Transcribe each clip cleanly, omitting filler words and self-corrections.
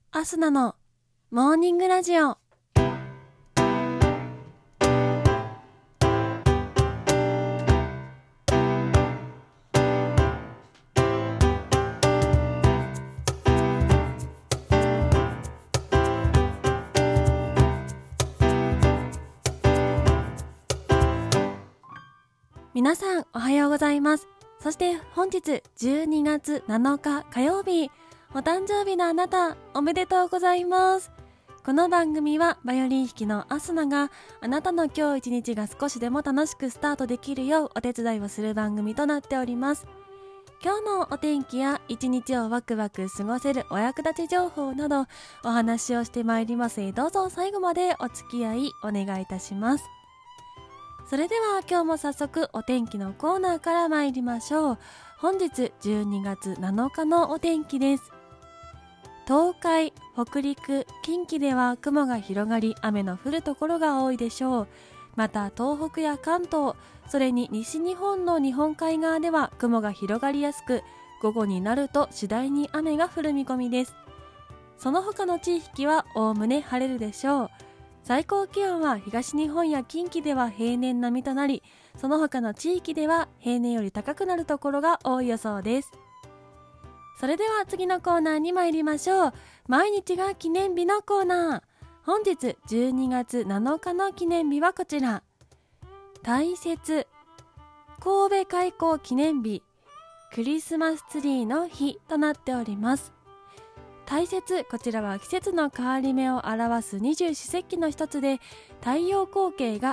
アスナのモーニングラジオ。皆さんおはようございます。そして本日12月7日火曜日、お誕生日のあなたおめでとうございます。この番組はバイオリン弾きのアスナがあなたの今日一日が少しでも楽しくスタートできるようお手伝いをする番組となっております。今日のお天気や一日をワクワク過ごせるお役立ち情報などお話をしてまいりますので、どうぞ最後までお付き合いお願いいたします。それでは今日も早速お天気のコーナーから参りましょう。本日12月7日のお天気です。東海、北陸、近畿では雲が広がり雨の降るところが多いでしょう。また東北や関東、それに西日本の日本海側では雲が広がりやすく、午後になると次第に雨が降る見込みです。その他の地域はおおむね晴れるでしょう。最高気温は東日本や近畿では平年並みとなり、その他の地域では平年より高くなるところが多い予想です。それでは次のコーナーに参りましょう。毎日が記念日のコーナー。本日12月7日の記念日はこちら。大雪、神戸開港記念日、クリスマスツリーの日となっております。大雪、こちらは季節の変わり目を表す二十四節気の一つで、太陽光景が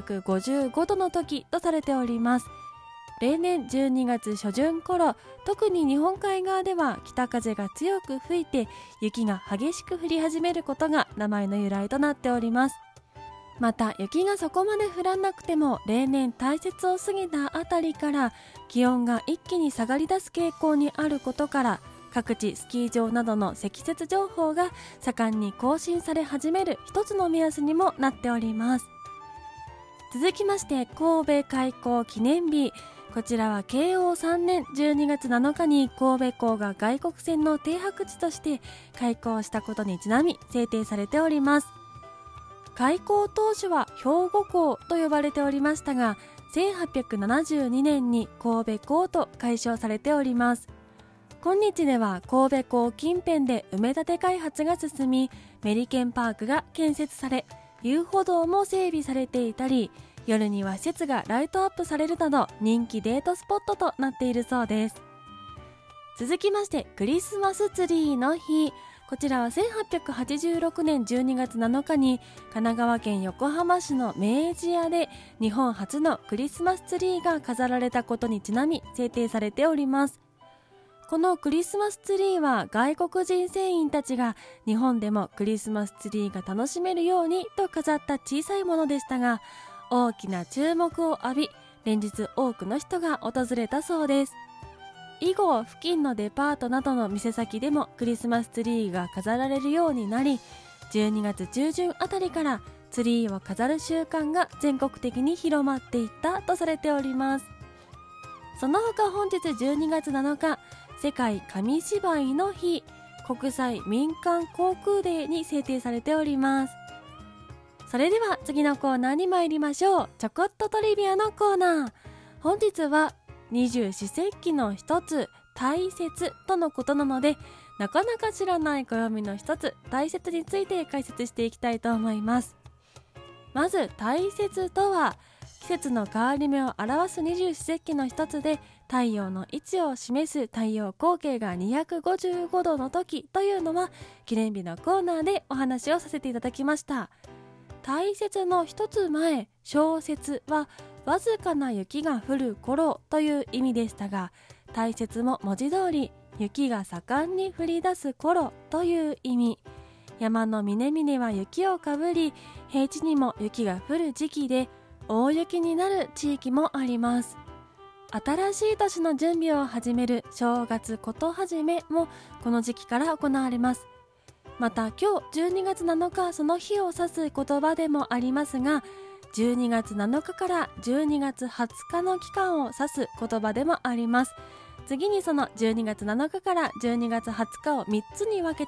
255度の時とされております。例年12月初旬頃、特に日本海側では北風が強く吹いて雪が激しく降り始めることが名前の由来となっております。また雪がそこまで降らなくても、例年大雪を過ぎたあたりから気温が一気に下がり出す傾向にあることから、各地スキー場などの積雪情報が盛んに更新され始める一つの目安にもなっております。続きまして神戸開港記念日、こちらは慶応3年12月7日に神戸港が外国船の停泊地として開港したことにちなみ制定されております。開港当初は兵庫港と呼ばれておりましたが、1872年に神戸港と改称されております。今日では神戸港近辺で埋め立て開発が進み、メリケンパークが建設され、遊歩道も整備されていたり、夜には施設がライトアップされるなど人気デートスポットとなっているそうです。続きましてクリスマスツリーの日、こちらは1886年12月7日に神奈川県横浜市の明治屋で日本初のクリスマスツリーが飾られたことにちなみ制定されております。このクリスマスツリーは外国人船員たちが日本でもクリスマスツリーが楽しめるようにと飾った小さいものでしたが、大きな注目を浴び、連日多くの人が訪れたそうです。以後付近のデパートなどの店先でもクリスマスツリーが飾られるようになり、12月中旬あたりからツリーを飾る習慣が全国的に広まっていったとされております。その他本日12月7日、世界紙芝居の日、国際民間航空デーに制定されております。それでは次のコーナーに参りましょう。ちょこっとトリビアのコーナー。本日は二十四節気の一つ大雪とのことなので、なかなか知らない暦の一つ大雪について解説していきたいと思います。まず大雪とは季節の変わり目を表す二十四節気の一つで、太陽の位置を示す太陽光景が255度の時というのは記念日のコーナーでお話をさせていただきました。大雪の一つ前、小雪はわずかな雪が降る頃という意味でしたが、大雪も文字通り雪が盛んに降り出す頃という意味。山の峰々は雪をかぶり、平地にも雪が降る時期で大雪になる地域もあります。新しい年の準備を始める正月ことはじめもこの時期から行われます。また今日12月7日、その日を指す言葉でもありますが、12月7日から12月20日の期間を指す言葉でもあります。次にその12月7日から12月20日を3つに分けた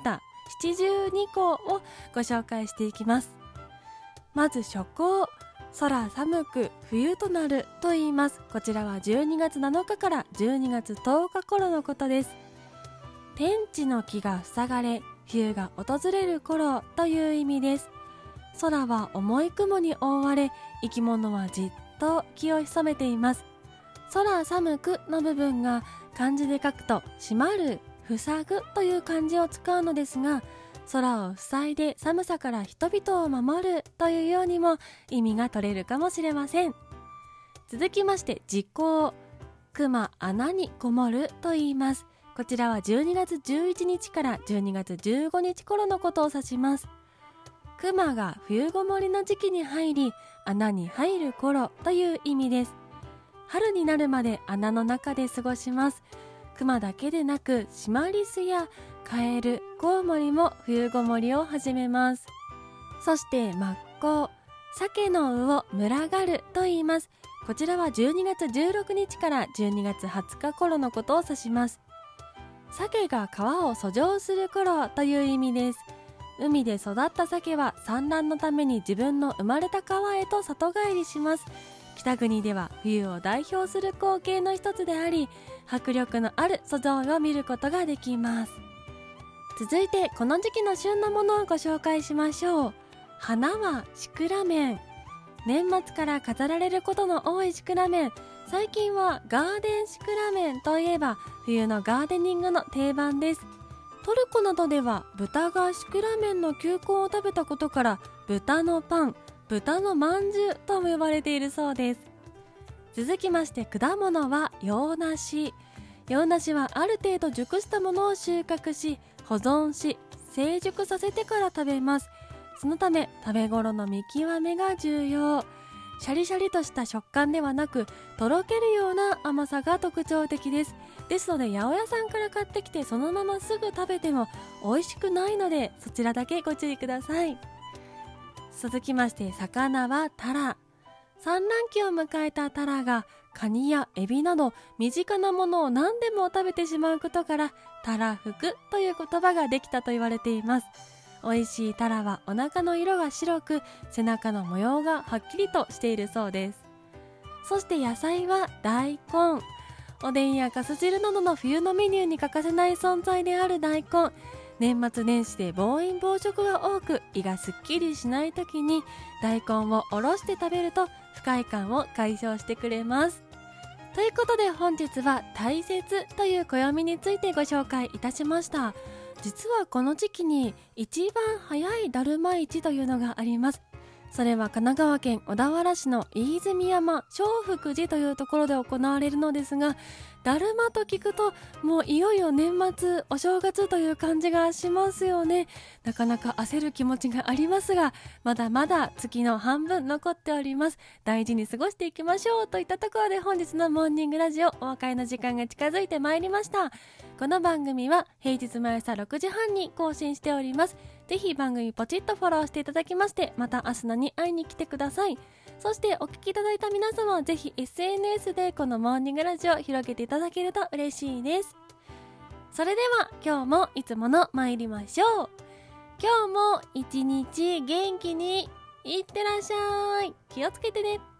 七十二候をご紹介していきます。まず初候、空寒く冬となると言います。こちらは12月7日から12月10日頃のことです。天地の木が塞がれ、冬が訪れる頃という意味です。空は重い雲に覆われ、生き物はじっと気を潜めています。空寒くの部分が漢字で書くと閉まる、塞ぐという漢字を使うのですが、空を塞いで寒さから人々を守るというようにも意味が取れるかもしれません。続きまして時候、熊穴にこもると言います。こちらは12月11日から12月15日頃のことを指します。熊が冬ごもりの時期に入り、穴に入る頃という意味です。春になるまで穴の中で過ごします。熊だけでなくシマリスやカエル、コウモリも冬ごもりを始めます。そして真っ向、鮭の魚群がると言います。こちらは12月16日から12月20日頃のことを指します。鮭が川を遡上する頃という意味です。海で育った鮭は産卵のために自分の生まれた川へと里帰りします。北国では冬を代表する光景の一つであり、迫力のある遡上を見ることができます。続いてこの時期の旬のものをご紹介しましょう。花はシクラメン。年末から飾られることの多いシクラメン。最近はガーデンシクラメンといえば冬のガーデニングの定番です。トルコなどでは豚がシクラメンの球根を食べたことから豚のパン、豚のまんじゅうとも呼ばれているそうです。続きまして果物は洋梨。洋梨はある程度熟したものを収穫し、保存し成熟させてから食べます。そのため食べ頃の見極めが重要。シャリシャリとした食感ではなく、とろけるような甘さが特徴的です。ですので八百屋さんから買ってきてそのまますぐ食べても美味しくないので、そちらだけご注意ください。続きまして魚はタラ。産卵期を迎えたタラがカニやエビなど身近なものを何でも食べてしまうことから、タラ福という言葉ができたと言われています。美味しいタラはお腹の色が白く、背中の模様がはっきりとしているそうです。そして野菜は大根。おでんやかす汁などの冬のメニューに欠かせない存在である大根。年末年始で暴飲暴食が多く胃がすっきりしない時に大根をおろして食べると不快感を解消してくれます。ということで本日は大切という暦についてご紹介いたしました。実はこの時期に一番早いだるま市というのがあります。それは神奈川県小田原市の飯泉山正福寺というところで行われるのですが、だるまと聞くともういよいよ年末お正月という感じがしますよね。なかなか焦る気持ちがありますが、まだまだ月の半分残っております。大事に過ごしていきましょうといったところで、本日のモーニングラジオお別れの時間が近づいてまいりました。この番組は平日毎朝6時半に更新しております。ぜひ番組ポチッとフォローしていただきまして、また明日のに会いに来てください。そしてお聞きいただいた皆様はぜひ SNS でこのモーニングラジオを広げていただけると嬉しいです。それでは今日もいつもの参りましょう。今日も一日元気にいってらっしゃい。気をつけてね。